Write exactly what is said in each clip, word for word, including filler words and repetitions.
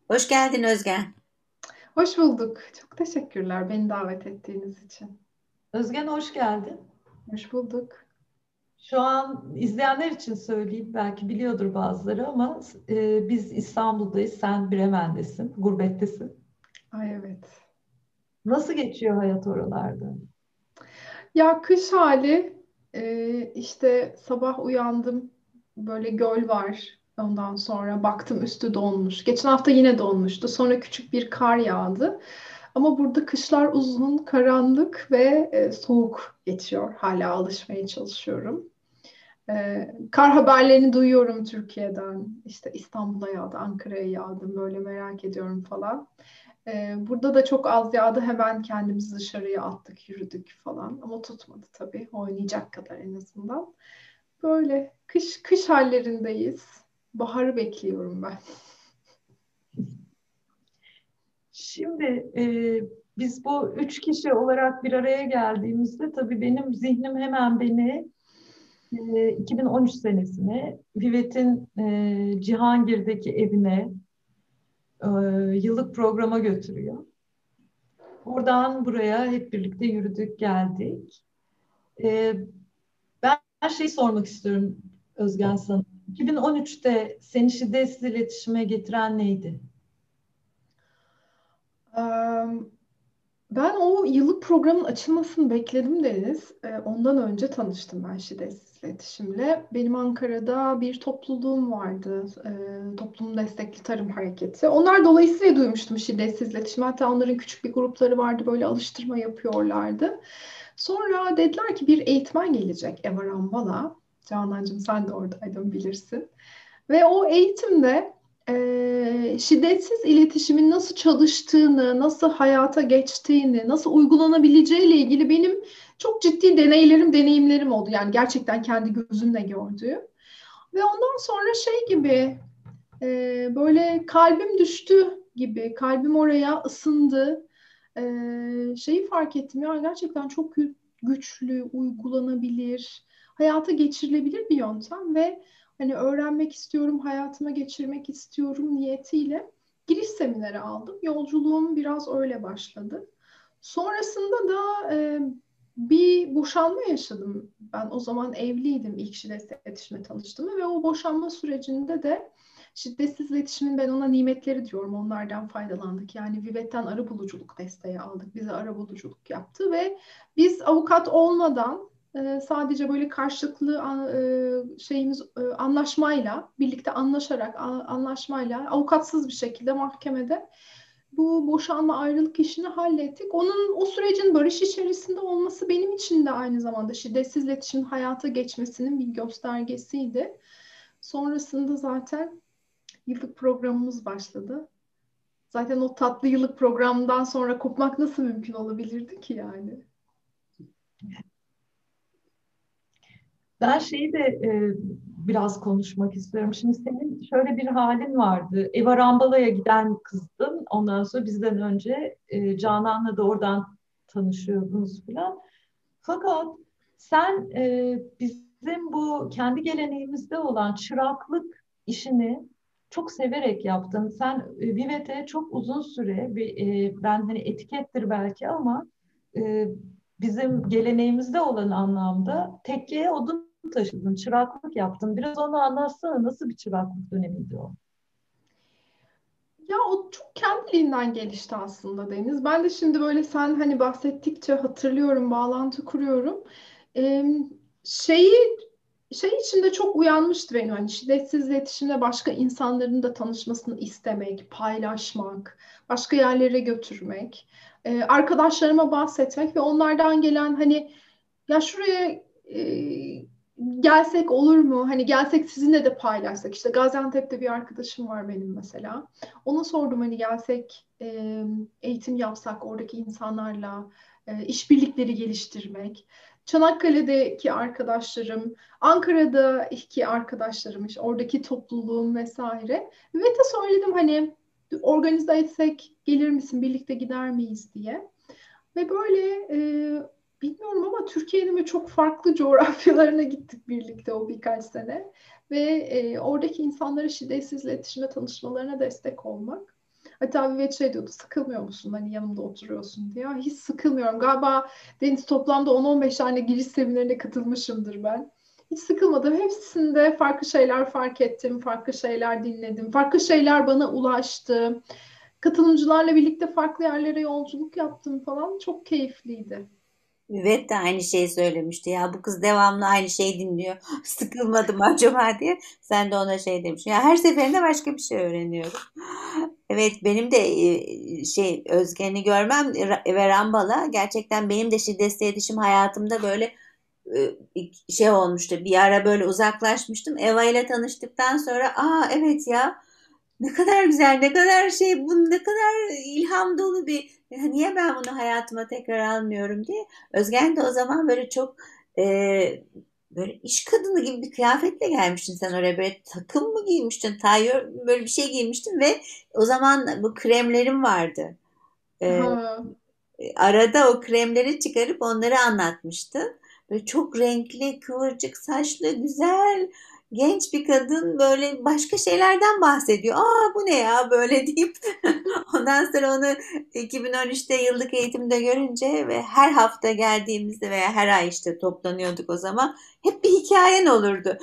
Hoş geldin Özgen. Hoş bulduk. Çok teşekkürler beni davet ettiğiniz için. Özgen hoş geldin. Hoş bulduk. Şu an izleyenler için söyleyeyim, belki biliyordur bazıları ama e, biz İstanbul'dayız, sen Bremen'desin, gurbettesin. Ay evet. Nasıl geçiyor hayat oralarda? Ya kış hali e, işte sabah uyandım böyle göl var. Ondan sonra baktım üstü donmuş. Geçen hafta yine donmuştu. Sonra küçük bir kar yağdı. Ama burada kışlar uzun, karanlık ve e, soğuk geçiyor. Hala alışmaya çalışıyorum. E, kar haberlerini duyuyorum Türkiye'den. İşte İstanbul'a yağdı, Ankara'ya yağdı. Böyle merak ediyorum falan. Ee, burada da çok az yağdı. Hemen kendimizi dışarıya attık, yürüdük falan. Ama tutmadı tabii. Oynayacak kadar en azından. Böyle kış kış hallerindeyiz. Baharı bekliyorum ben. Şimdi e, biz bu üç kişi olarak bir araya geldiğimizde tabii benim zihnim hemen beni e, iki bin on üç senesine, Vivet'in e, Cihangir'deki evine e, yıllık programa götürüyor. Oradan buraya hep birlikte yürüdük, geldik. E, Ben şey sormak istiyorum Özgen sana. iki bin on üçte seni şiddetsiz iletişime getiren neydi? Ee, Ben o yıllık programın açılmasını bekledim Deniz. Ee, ondan önce tanıştım ben şiddetsiz iletişimle. Benim Ankara'da bir topluluğum vardı. Ee, Toplum Destekli Tarım Hareketi. Onlar dolayısıyla duymuştum şiddetsiz iletişim. Hatta onların küçük bir grupları vardı. Böyle alıştırma yapıyorlardı. Sonra dediler ki bir eğitmen gelecek Eva Rambala. Canancığım sen de oradaydın bilirsin. Ve o eğitimde e, şiddetsiz iletişimin nasıl çalıştığını, nasıl hayata geçtiğini, nasıl uygulanabileceğiyle ilgili benim çok ciddi deneylerim, deneyimlerim oldu. Yani gerçekten kendi gözümle gördüğüm. Ve ondan sonra şey gibi e, böyle kalbim düştü gibi, kalbim oraya ısındı. E, Şeyi fark ettim ya gerçekten çok gü- güçlü, uygulanabilir, hayata geçirilebilir bir yöntem ve hani öğrenmek istiyorum, hayatıma geçirmek istiyorum niyetiyle giriş semineri aldım. Yolculuğum biraz öyle başladı. Sonrasında da e, bir boşanma yaşadım. Ben o zaman evliydim ilk şiddetle iletişime tanıştığımda ve o boşanma sürecinde de şiddetsiz iletişimin ben ona nimetleri diyorum. Onlardan faydalandık. Yani Vivet'ten arabuluculuk desteği aldık. Bize arabuluculuk yaptı ve biz avukat olmadan e, sadece böyle karşılıklı e, şeyimiz e, anlaşmayla, birlikte anlaşarak, anlaşmayla, avukatsız bir şekilde mahkemede bu boşanma ayrılık işini hallettik. Onun o sürecin barış içerisinde olması benim için de aynı zamanda şiddetsiz iletişimin hayata geçmesinin bir göstergesiydi. Sonrasında zaten yıllık programımız başladı. Zaten o tatlı yıllık programdan sonra kopmak nasıl mümkün olabilirdi ki yani? Ben şeyi de e, biraz konuşmak istiyorum. Şimdi senin şöyle bir halin vardı. Eva Rambala'ya giden kızdın. Ondan sonra bizden önce e, Canan'la da oradan tanışıyordunuz falan. Fakat sen e, bizim bu kendi geleneğimizde olan çıraklık işini çok severek yaptın. Sen e, Vivet'e çok uzun süre bir, e, ben hani etikettir belki ama e, bizim geleneğimizde olan anlamda tekkeye odun taşıdın, çıraklık yaptın. Biraz onu anlatsana, nasıl bir çıraklık dönemiydi o? Ya o çok kendiliğinden gelişti aslında Deniz. Ben de şimdi böyle sen hani bahsettikçe hatırlıyorum, bağlantı kuruyorum. Ee, şeyi şey içinde çok uyanmıştı benim hani şiddetsiz iletişimle başka insanların da tanışmasını istemek, paylaşmak, başka yerlere götürmek, e, arkadaşlarıma bahsetmek ve onlardan gelen hani ya şuraya e, gelsek olur mu? Hani gelsek sizinle de paylaşsak. İşte Gaziantep'te bir arkadaşım var benim mesela. Ona sordum hani gelsek e, eğitim yapsak oradaki insanlarla e, işbirlikleri geliştirmek. Çanakkale'deki arkadaşlarım, Ankara'daki arkadaşlarım, işte oradaki topluluğum vesaire. Ve de söyledim hani organize etsek gelir misin, birlikte gider miyiz diye. Ve böyle e, bilmiyorum ama Türkiye'nin ve çok farklı coğrafyalarına gittik birlikte o birkaç sene. Ve e, oradaki insanlara şiddetsiz iletişime tanışmalarına destek olmak. Hatta Vivet şey diyordu, sıkılmıyor musun hani yanımda oturuyorsun diye. Hiç sıkılmıyorum. Galiba Deniz toplamda on on beş tane giriş seminerine katılmışımdır ben. Hiç sıkılmadım. Hepsinde farklı şeyler fark ettim, farklı şeyler dinledim, farklı şeyler bana ulaştı. Katılımcılarla birlikte farklı yerlere yolculuk yaptım falan. Çok keyifliydi. Evet de aynı şeyi söylemişti. Ya bu kız devamlı aynı şeyi dinliyor. Sıkılmadım acaba diye. Sen de ona şey demiş. Ya her seferinde başka bir şey öğreniyorum. Evet benim de e, şey Özgen'i görmem Ra- ve Rambala gerçekten benim de şiddetli iletişim hayatımda böyle e, şey olmuştu. Bir ara böyle uzaklaşmıştım. Eva ile tanıştıktan sonra aa evet ya ne kadar güzel, ne kadar şey, bu ne kadar ilham dolu bir, ya niye ben bunu hayatıma tekrar almıyorum diye. Özgen de o zaman böyle çok e, böyle iş kadını gibi bir kıyafetle gelmiştin sen oraya, böyle takım mı giymiştin, tayyör böyle bir şey giymiştin ve o zaman bu kremlerim vardı. E, Ha. Arada o kremleri çıkarıp onları anlatmıştın. Böyle çok renkli, kıvırcık saçlı, güzel, genç bir kadın böyle başka şeylerden bahsediyor. Aa bu ne ya böyle deyip ondan sonra onu iki bin on üçte yıllık eğitimde görünce ve her hafta geldiğimizde veya her ay işte toplanıyorduk o zaman hep bir hikayen olurdu.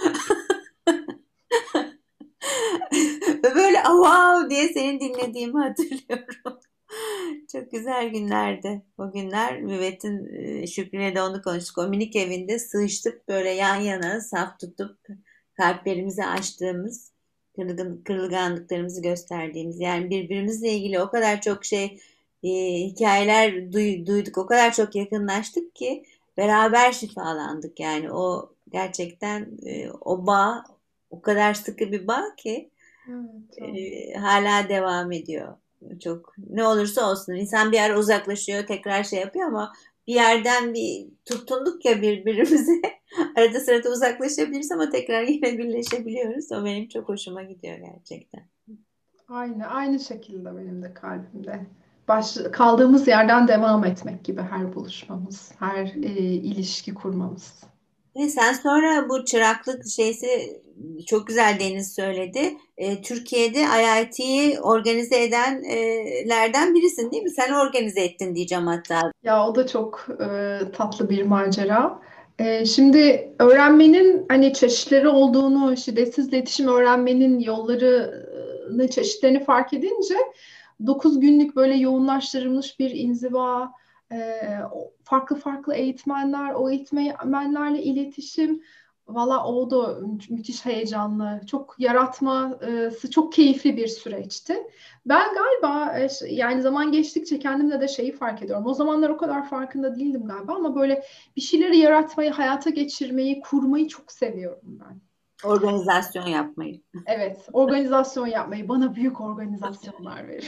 Ve böyle "Aa, wow" diye seni dinlediğimi hatırlıyorum. Çok güzel günlerdi. O günler Müvet'in e, Şükrü'yle de onu konuştuk. O minik evinde sığıştık böyle yan yana saf tutup kalplerimizi açtığımız, kırılgan, kırılganlıklarımızı gösterdiğimiz, yani birbirimizle ilgili o kadar çok şey e, hikayeler duy- duyduk, o kadar çok yakınlaştık ki beraber şifalandık. Yani o gerçekten e, o bağ o kadar sıkı bir bağ ki Evet, tamam. e, hala devam ediyor. Çok ne olursa olsun insan bir ara uzaklaşıyor, tekrar şey yapıyor ama bir yerden bir tutunduk ya birbirimize. Arada sırada uzaklaşabiliriz ama tekrar yine birleşebiliyoruz. O benim çok hoşuma gidiyor gerçekten. Aynı, aynı şekilde benim de kalbimde. Baş, kaldığımız yerden devam etmek gibi her buluşmamız, her e, ilişki kurmamız. Ve sen sonra bu çıraklık şeysi çok güzel Deniz söyledi. E, Türkiye'de I I T'yi organize edenlerden birisin değil mi? Sen organize ettin diyeceğim hatta. Ya o da çok e, tatlı bir macera. E, şimdi öğrenmenin hani çeşitleri olduğunu, şiddetsiz iletişim öğrenmenin yollarını, çeşitlerini fark edince dokuz günlük böyle yoğunlaştırılmış bir inziva, e, farklı farklı eğitmenler, o eğitmenlerle iletişim, valla o da mü- müthiş heyecanlı, çok yaratması, çok keyifli bir süreçti. Ben galiba e, ş- yani zaman geçtikçe kendimde de şeyi fark ediyorum. O zamanlar o kadar farkında değildim galiba ama böyle bir şeyleri yaratmayı, hayata geçirmeyi, kurmayı çok seviyorum ben. Organizasyon yapmayı. Evet, organizasyon yapmayı, bana büyük organizasyonlar verin.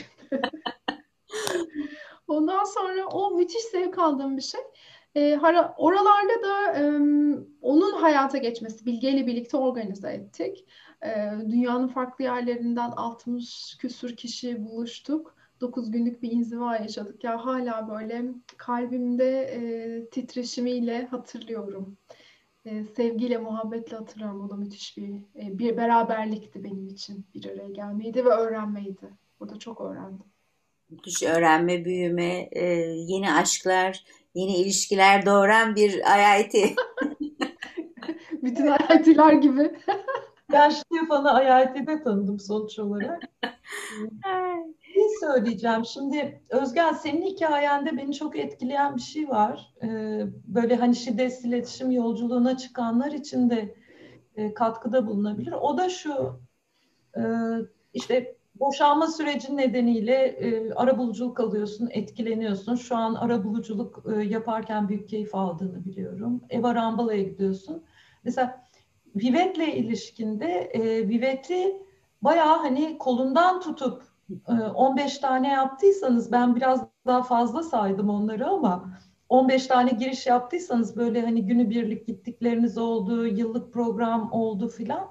Ondan sonra o müthiş zevk aldığım bir şey. E, hara- oralarda da em, onun hayata geçmesi, Bilge ile birlikte organize ettik. E, dünyanın farklı yerlerinden altmış küsür kişi buluştuk. Dokuz günlük bir inziva yaşadık. Ya hala böyle kalbimde e, titreşimiyle hatırlıyorum. E, sevgiyle, muhabbetle hatırlıyorum. O da müthiş bir e, bir beraberlikti benim için. Bir araya gelmeydi ve öğrenmeydi. Burada çok öğrendim. Müthiş öğrenme, büyüme, e, yeni aşklar, yeni ilişkiler doğuran bir I I T. Bütün hayatlar gibi. Ben Stefan'ı I I T'de tanıdım sonuç olarak. Bir söyleyeceğim. Şimdi Özgen senin hikayende beni çok etkileyen bir şey var. Ee, böyle hani şiddetsiz iletişim yolculuğuna çıkanlar için de e, katkıda bulunabilir. O da şu, e, işte boşanma süreci nedeniyle e, arabuluculuk alıyorsun, etkileniyorsun. Şu an arabuluculuk e, yaparken büyük keyif aldığını biliyorum. Eva Rambala'ya gidiyorsun. Mesela Vivet'le ilişkinde e, Vivet'i bayağı hani kolundan tutup e, on beş tane yaptıysanız, ben biraz daha fazla saydım onları ama on beş tane giriş yaptıysanız, böyle hani günübirlik gittikleriniz oldu, yıllık program oldu filan.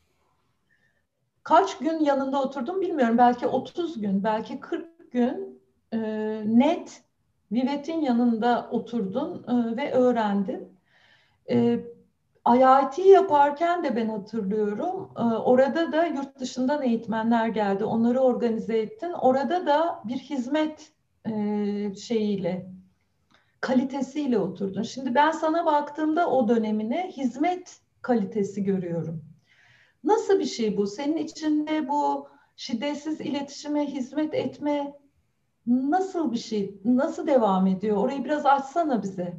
Kaç gün yanında oturdum bilmiyorum. Belki otuz gün, belki kırk gün e, net Vivet'in yanında oturdun e, ve öğrendin. E, I I T yaparken de ben hatırlıyorum. Ee, Orada da yurt dışından eğitmenler geldi. Onları organize ettin. Orada da bir hizmet e, şeyiyle, kalitesiyle oturdun. Şimdi ben sana baktığımda o dönemine hizmet kalitesi görüyorum. Nasıl bir şey bu? Senin içinde bu şiddetsiz iletişime hizmet etme nasıl bir şey? Nasıl devam ediyor? Orayı biraz açsana bize.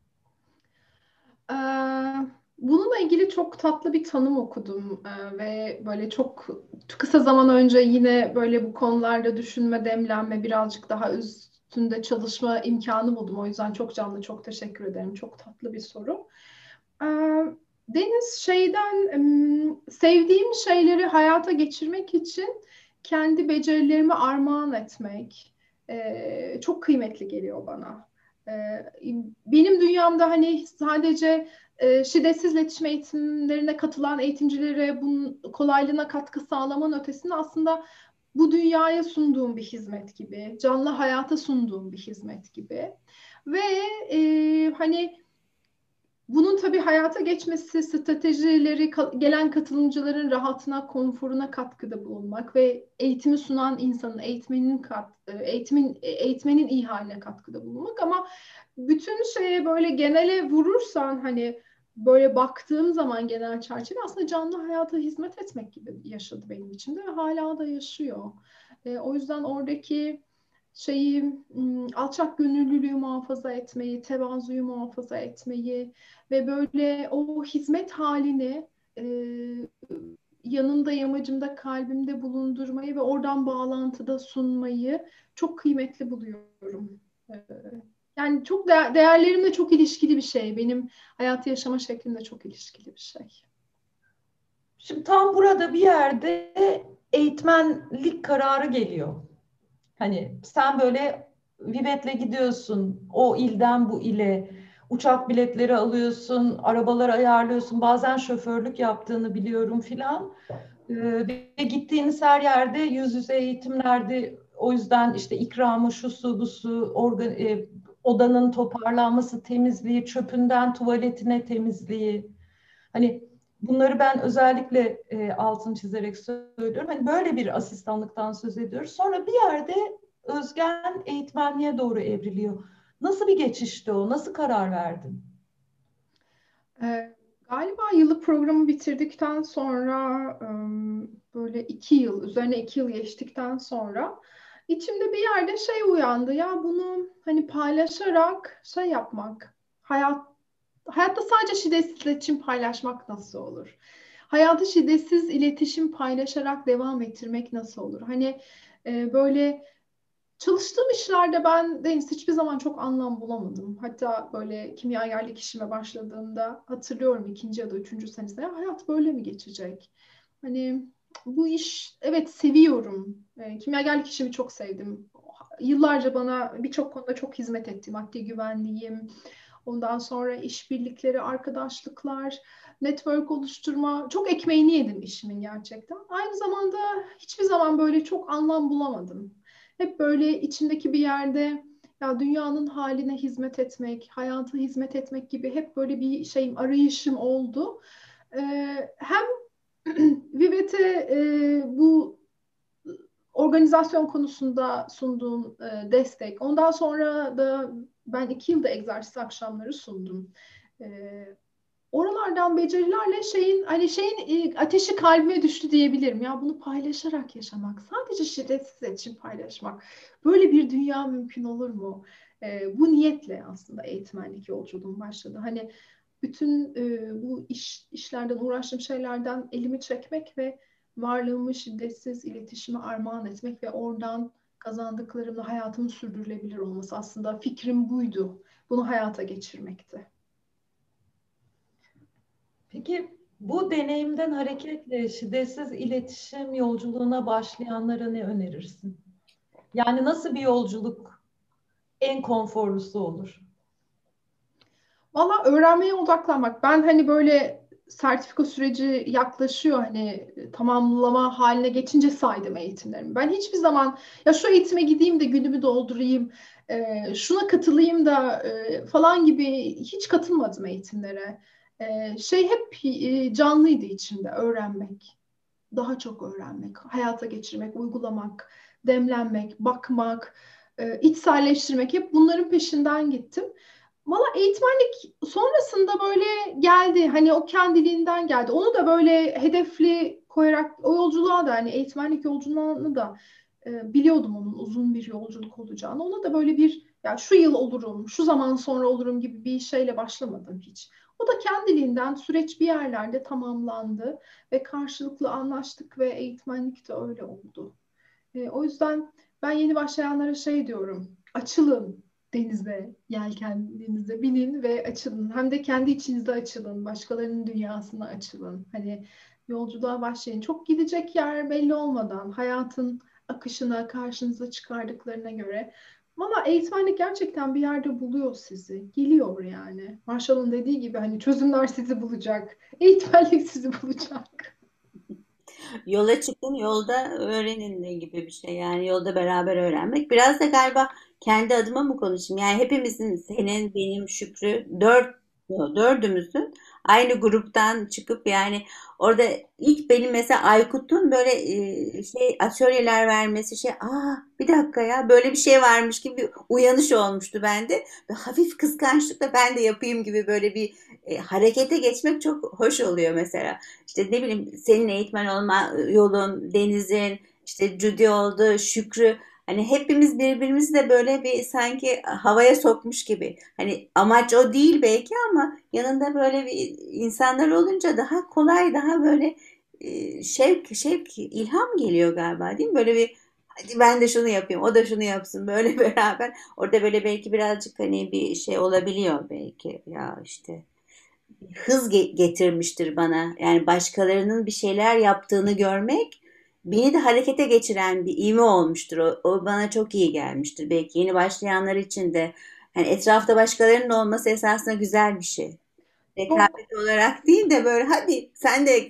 Ee, Bununla ilgili çok tatlı bir tanım okudum. Ee, ve böyle çok kısa zaman önce yine böyle bu konularda düşünme, demlenme, birazcık daha üstünde çalışma imkanı buldum. O yüzden çok canlı, çok teşekkür ederim. Çok tatlı bir soru. Ee, Deniz şeyden em, sevdiğim şeyleri hayata geçirmek için kendi becerilerimi armağan etmek e, çok kıymetli geliyor bana. E, Benim dünyamda hani sadece e, şiddetsiz iletişim eğitimlerine katılan eğitimcilere bunun kolaylığına katkı sağlamanın ötesinde aslında bu dünyaya sunduğum bir hizmet gibi, canlı hayata sunduğum bir hizmet gibi. Ve e, hani bunun tabii hayata geçmesi, stratejileri gelen katılımcıların rahatına, konforuna katkıda bulunmak ve eğitimi sunan insanın, eğitmenin kat, eğitimin eğitmenin iyi haline katkıda bulunmak. Ama bütün şeye böyle genele vurursan hani böyle baktığım zaman genel çerçeve aslında canlı hayata hizmet etmek gibi yaşadı benim için de ve hala da yaşıyor. E, o yüzden oradaki şeyi alçak gönüllülüğü muhafaza etmeyi, tevazuyu muhafaza etmeyi ve böyle o hizmet halini e, yanımda, yamacımda, kalbimde bulundurmayı ve oradan bağlantıda sunmayı çok kıymetli buluyorum. E, Yani çok de- değerlerimle çok ilişkili bir şey. Benim hayatı yaşama şeklimle çok ilişkili bir şey. Şimdi tam burada bir yerde eğitmenlik kararı geliyor. Hani sen böyle Vivet'le gidiyorsun o ilden bu ile, uçak biletleri alıyorsun, arabaları ayarlıyorsun, bazen şoförlük yaptığını biliyorum filan. Ee, ve gittiğiniz her yerde yüz yüze eğitimlerdi. O yüzden işte ikramı, şusu, busu, organ, e, odanın toparlanması, temizliği, çöpünden tuvaletine temizliği. Hani bunları ben özellikle e, altını çizerek söylüyorum. Hani böyle bir asistanlıktan söz ediyoruz. Sonra bir yerde Özgen eğitmenliğe doğru evriliyor. Nasıl bir geçişti o? Nasıl karar verdin? Ee, Galiba yıllık programı bitirdikten sonra ım, böyle iki yıl, üzerine iki yıl geçtikten sonra içimde bir yerde şey uyandı. Ya bunu hani paylaşarak şey yapmak, hayat, hayatta sadece şiddetsiz iletişim paylaşmak nasıl olur? Hayatı şiddetsiz iletişim paylaşarak devam ettirmek nasıl olur? Hani e, böyle çalıştığım işlerde ben Deniz hiçbir zaman çok anlam bulamadım. Hatta böyle kimyagerlik işime başladığımda hatırlıyorum ikinci ya da üçüncü senesinde "Ya hayat böyle mi geçecek? Hani bu iş evet seviyorum. E, kimyagerlik işimi çok sevdim. Yıllarca bana birçok konuda çok hizmet etti. Maddi güvenliğim, ondan sonra işbirlikleri, arkadaşlıklar, network oluşturma. Çok ekmeğini yedim işimin gerçekten. Aynı zamanda hiçbir zaman böyle çok anlam bulamadım. Hep böyle içimdeki bir yerde ya dünyanın haline hizmet etmek, hayata hizmet etmek gibi hep böyle bir şeyim, arayışım oldu. Ee, hem Vivet'e e, bu organizasyon konusunda sunduğum e, destek. Ondan sonra da ben iki yılda egzersiz akşamları sundum. E, Oralardan becerilerle şeyin hani şeyin e, ateşi kalbime düştü diyebilirim. Ya bunu paylaşarak yaşamak, sadece şiddetsiz iletişim paylaşmak. Böyle bir dünya mümkün olur mu? E, bu niyetle aslında eğitmenlik yolculuğum başladı. Hani bütün e, bu iş işlerden uğraştığım şeylerden elimi çekmek ve varlığımı şiddetsiz iletişime armağan etmek ve oradan kazandıklarımla hayatımın sürdürülebilir olması aslında fikrim buydu. Bunu hayata geçirmekti. Peki bu deneyimden hareketle şiddetsiz iletişim yolculuğuna başlayanlara ne önerirsin? Yani nasıl bir yolculuk en konforlusu olur? Valla öğrenmeye odaklanmak. Ben hani böyle sertifika süreci yaklaşıyor hani tamamlama haline geçince saydım eğitimlerimi. Ben hiçbir zaman ya şu eğitime gideyim de günümü doldurayım, e, şuna katılayım da e, falan gibi hiç katılmadım eğitimlere. Ee, şey hep e, canlıydı içimde, öğrenmek. Daha çok öğrenmek, hayata geçirmek, uygulamak, demlenmek, bakmak, e, içselleştirmek, hep bunların peşinden gittim. Valla eğitmenlik sonrasında böyle geldi. Hani o kendiliğinden geldi. Onu da böyle hedefli koyarak o yolculuğa da, hani eğitmenlik yolculuğunu da e, biliyordum onun uzun bir yolculuk olacağını. Ona da böyle bir, ya şu yıl olurum, şu zaman sonra olurum gibi bir şeyle başlamadım hiç. O da kendiliğinden süreç bir yerlerde tamamlandı ve karşılıklı anlaştık ve eğitmenlik de öyle oldu. E, o yüzden ben yeni başlayanlara şey diyorum: açılın denize, yelken denize binin ve açılın. Hem de kendi içinizde açılın, başkalarının dünyasına açılın. Hani yolculuğa başlayın. Çok gidecek yer belli olmadan, hayatın akışına, karşınıza çıkardıklarına göre. Valla eğitmenlik gerçekten bir yerde buluyor sizi. Geliyor yani. Marshall'ın dediği gibi hani çözümler sizi bulacak. Eğitmenlik sizi bulacak. Yola çıkın, yolda öğrenin de gibi bir şey. Yani yolda beraber öğrenmek. Biraz da galiba kendi adıma mı konuşayım? Yani hepimizin, senin, benim, Şükrü, dört, yo, dördümüzün aynı gruptan çıkıp, yani orada ilk benim mesela Aykut'un böyle e, şey atölyeler vermesi, şey, aa bir dakika ya, böyle bir şey varmış gibi bir uyanış olmuştu bende. Ve hafif kıskançlıkla ben de yapayım gibi böyle bir e, harekete geçmek çok hoş oluyor mesela. İşte ne bileyim, senin eğitmen olma yolun, Deniz'in, işte Judy oldu, Şükrü. Hani hepimiz birbirimizi de böyle bir sanki havaya sokmuş gibi. Hani amaç o değil belki ama yanında böyle bir insanlar olunca daha kolay, daha böyle e, şevk, şevk, ilham geliyor galiba, değil mi? Böyle bir, hadi ben de şunu yapayım, o da şunu yapsın, böyle beraber. Orada böyle belki birazcık hani bir şey olabiliyor belki, ya işte hız ge- getirmiştir bana. Yani başkalarının bir şeyler yaptığını görmek beni de harekete geçiren bir ivme olmuştur. O, o bana çok iyi gelmiştir. Belki yeni başlayanlar için de yani etrafta başkalarının olması esasında güzel bir şey. Çok. Rekabet olarak değil de böyle, hadi sen de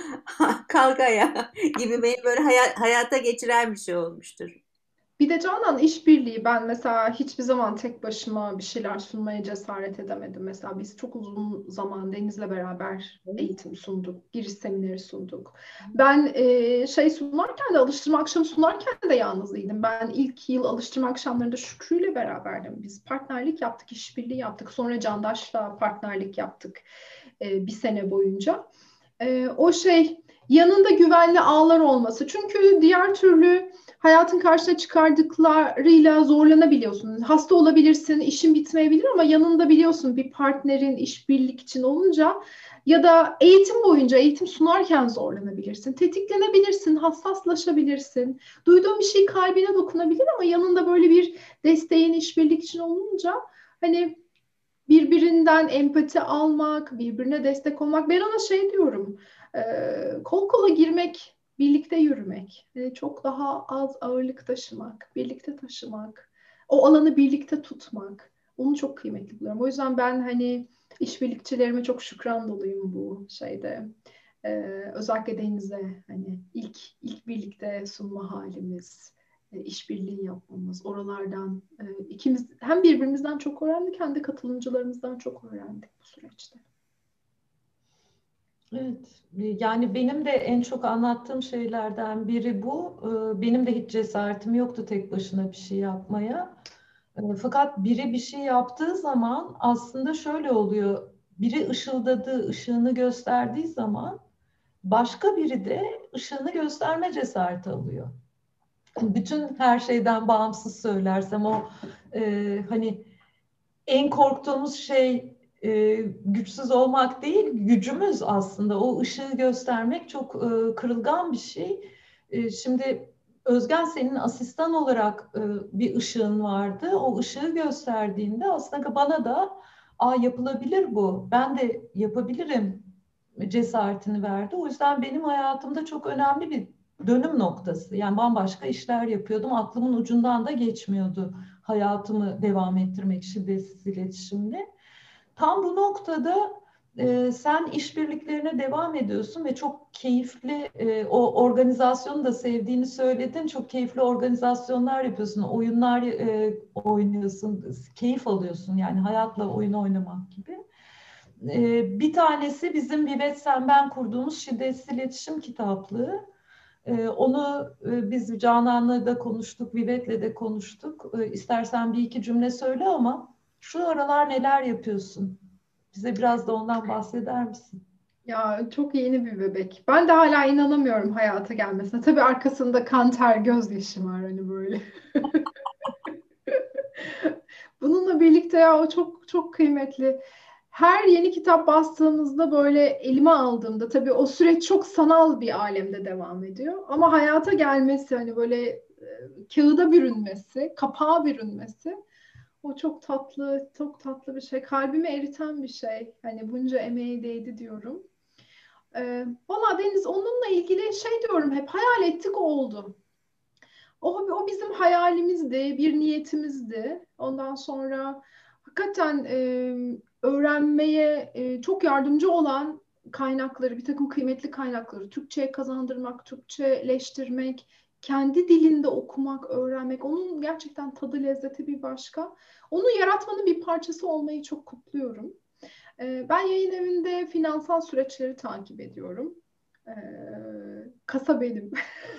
kalk ayağa gibi beni böyle hayat, hayata geçiren bir şey olmuştur. Bir de Canan, işbirliği, ben mesela hiçbir zaman tek başıma bir şeyler sunmaya cesaret edemedim. Mesela biz çok uzun zaman Deniz'le beraber eğitim sunduk, giriş semineri sunduk. Ben e, şey sunarken de, alıştırma akşamı sunarken de yalnızıydım. Ben ilk yıl alıştırma akşamlarında Şükrü'yle beraberdim. Biz partnerlik yaptık, işbirliği yaptık. Sonra Candaş'la partnerlik yaptık e, bir sene boyunca. E, o şey, yanında güvenli ağlar olması. Çünkü diğer türlü hayatın karşına çıkardıklarıyla zorlanabiliyorsun. Hasta olabilirsin, işin bitmeyebilir ama yanında biliyorsun bir partnerin, işbirlik için olunca, ya da eğitim boyunca eğitim sunarken zorlanabilirsin. Tetiklenebilirsin, hassaslaşabilirsin. Duyduğun bir şey kalbine dokunabilir ama yanında böyle bir desteğin, işbirlik için olunca, hani birbirinden empati almak, birbirine destek olmak. Ben ona şey diyorum: e, kol kola girmek, birlikte yürümek. E, çok daha az ağırlık taşımak, birlikte taşımak, o alanı birlikte tutmak. Onu çok kıymetli buluyorum. O yüzden ben hani işbirlikçilerime çok şükran doluyum bu şeyde. E, özellikle Deniz'e, hani ilk ilk birlikte sunma halimiz, e, işbirliği yapmamız, oralardan e, ikimiz hem birbirimizden çok öğrendik hem de katılımcılarımızdan çok öğrendik bu süreçte. Evet, yani benim de en çok anlattığım şeylerden biri bu. Ee, Benim de hiç cesaretim yoktu tek başına bir şey yapmaya. Ee, Fakat biri bir şey yaptığı zaman aslında şöyle oluyor. Biri ışıldadığı, ışığını gösterdiği zaman başka biri de ışığını gösterme cesareti alıyor. Bütün her şeyden bağımsız söylersem o e, hani en korktuğumuz şey e, güçsüz olmak değil, gücümüz aslında. O ışığı göstermek çok e, kırılgan bir şey. E, şimdi Özgen, senin asistan olarak e, bir ışığın vardı. O ışığı gösterdiğinde aslında bana da, aa, yapılabilir bu, ben de yapabilirim cesaretini verdi. O yüzden benim hayatımda çok önemli bir dönüm noktası. Yani bambaşka işler yapıyordum. Aklımın ucundan da geçmiyordu hayatımı devam ettirmek şiddetsiz iletişimle. Tam bu noktada e, sen işbirliklerine devam ediyorsun ve çok keyifli, e, o organizasyonu da sevdiğini söyledin. Çok keyifli organizasyonlar yapıyorsun, oyunlar e, oynuyorsun, keyif alıyorsun, yani hayatla oyun oynamak gibi. Ee, bir tanesi bizim Vivet Sen Ben kurduğumuz şiddetsiz iletişim kitaplığı. Ee, onu e, biz Canan'la da konuştuk, Vivet'le de konuştuk. Ee, istersen bir iki cümle söyle ama şu aralar neler yapıyorsun? Bize biraz da ondan bahseder misin? Ya çok yeni bir bebek. Ben de hala inanamıyorum hayata gelmesine. Tabii arkasında kan ter gözyaşı var hani böyle. Bununla birlikte ya o çok çok kıymetli. Her yeni kitap bastığımızda böyle elime aldığımda tabii o süreç çok sanal bir alemde devam ediyor. Ama hayata gelmesi hani böyle e, kağıda bürünmesi, kapağa bürünmesi o çok tatlı, çok tatlı bir şey. Kalbimi eriten bir şey. Hani bunca emeği değdi diyorum. Ee, valla Deniz onunla ilgili şey diyorum hep hayal ettik oldu. O, o bizim hayalimizdi, bir niyetimizdi. Ondan sonra hakikaten e, öğrenmeye e, çok yardımcı olan kaynakları, bir takım kıymetli kaynakları Türkçe'ye kazandırmak, Türkçeleştirmek, kendi dilinde okumak, öğrenmek, onun gerçekten tadı, lezzeti bir başka. Onu yaratmanın bir parçası olmayı çok kutluyorum. E, ben yayın evinde finansal süreçleri takip ediyorum. E, kasa benim.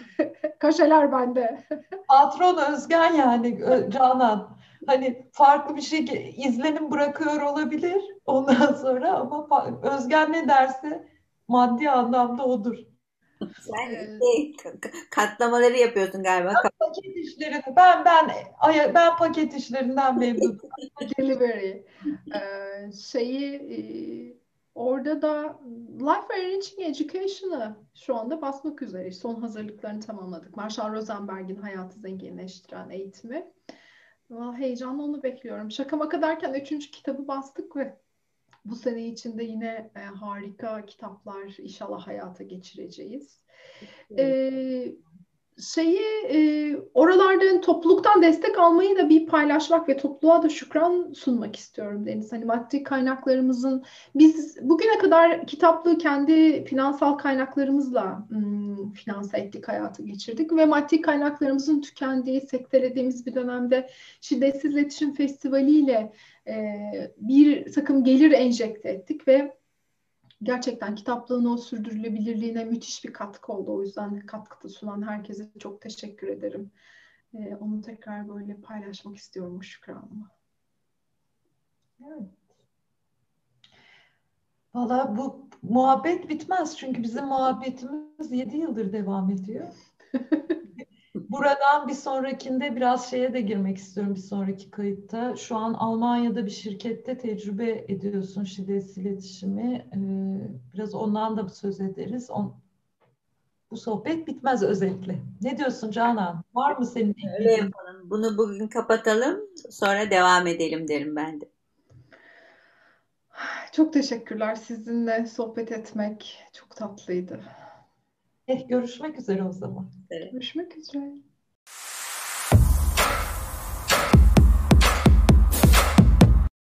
Kaşeler bende. Patron Özgen yani Canan. Hani farklı bir şey izlenim bırakıyor olabilir ondan sonra ama Özgen ne derse maddi anlamda odur. Sen Ee, şey, katlamaları yapıyorsun galiba. Paket işlerini ben ben ben paket işlerinden memnunum. Delivery. Ee, şeyi e, orada da Life Enriching Education'ı şu anda basmak üzereyiz. Son hazırlıklarını tamamladık. Marshall Rosenberg'in hayatı zenginleştiren eğitimi. Vallahi heyecanla onu bekliyorum. Şaka maka derken üçüncü kitabı bastık ve bu sene içinde yine e, harika kitaplar inşallah hayata geçireceğiz. Ee, şeyi e, oralarda hani topluluktan destek almayı da bir paylaşmak ve topluluğa da şükran sunmak istiyorum Deniz. Hani maddi kaynaklarımızın biz bugüne kadar kitaplığı kendi finansal kaynaklarımızla ım, finanse ettik, hayata geçirdik ve maddi kaynaklarımızın tükendiği, sektelediğimiz bir dönemde Şiddetsiz İletişim Festivali ile e, bir takım gelir enjekte ettik ve gerçekten kitaplığın o sürdürülebilirliğine müthiş bir katkı oldu. O yüzden katkıda sunan herkese çok teşekkür ederim. Ee, onu tekrar böyle paylaşmak istiyorum şükranımı. Evet. Valla bu muhabbet bitmez çünkü bizim muhabbetimiz yedi yıldır devam ediyor. Buradan bir sonrakinde biraz şeye de girmek istiyorum bir sonraki kayıtta. Şu an Almanya'da bir şirkette tecrübe ediyorsun şiddetsiz iletişimi. Ee, biraz ondan da söz ederiz. On, bu sohbet bitmez özetle. Ne diyorsun Canan? Var mı senin Öyle ekleyeceğin? yapalım. Bunu bugün kapatalım. Sonra devam edelim derim ben de. Çok teşekkürler. Sizinle sohbet etmek çok tatlıydı. Eh, görüşmek üzere o zaman. Evet. Görüşmek üzere.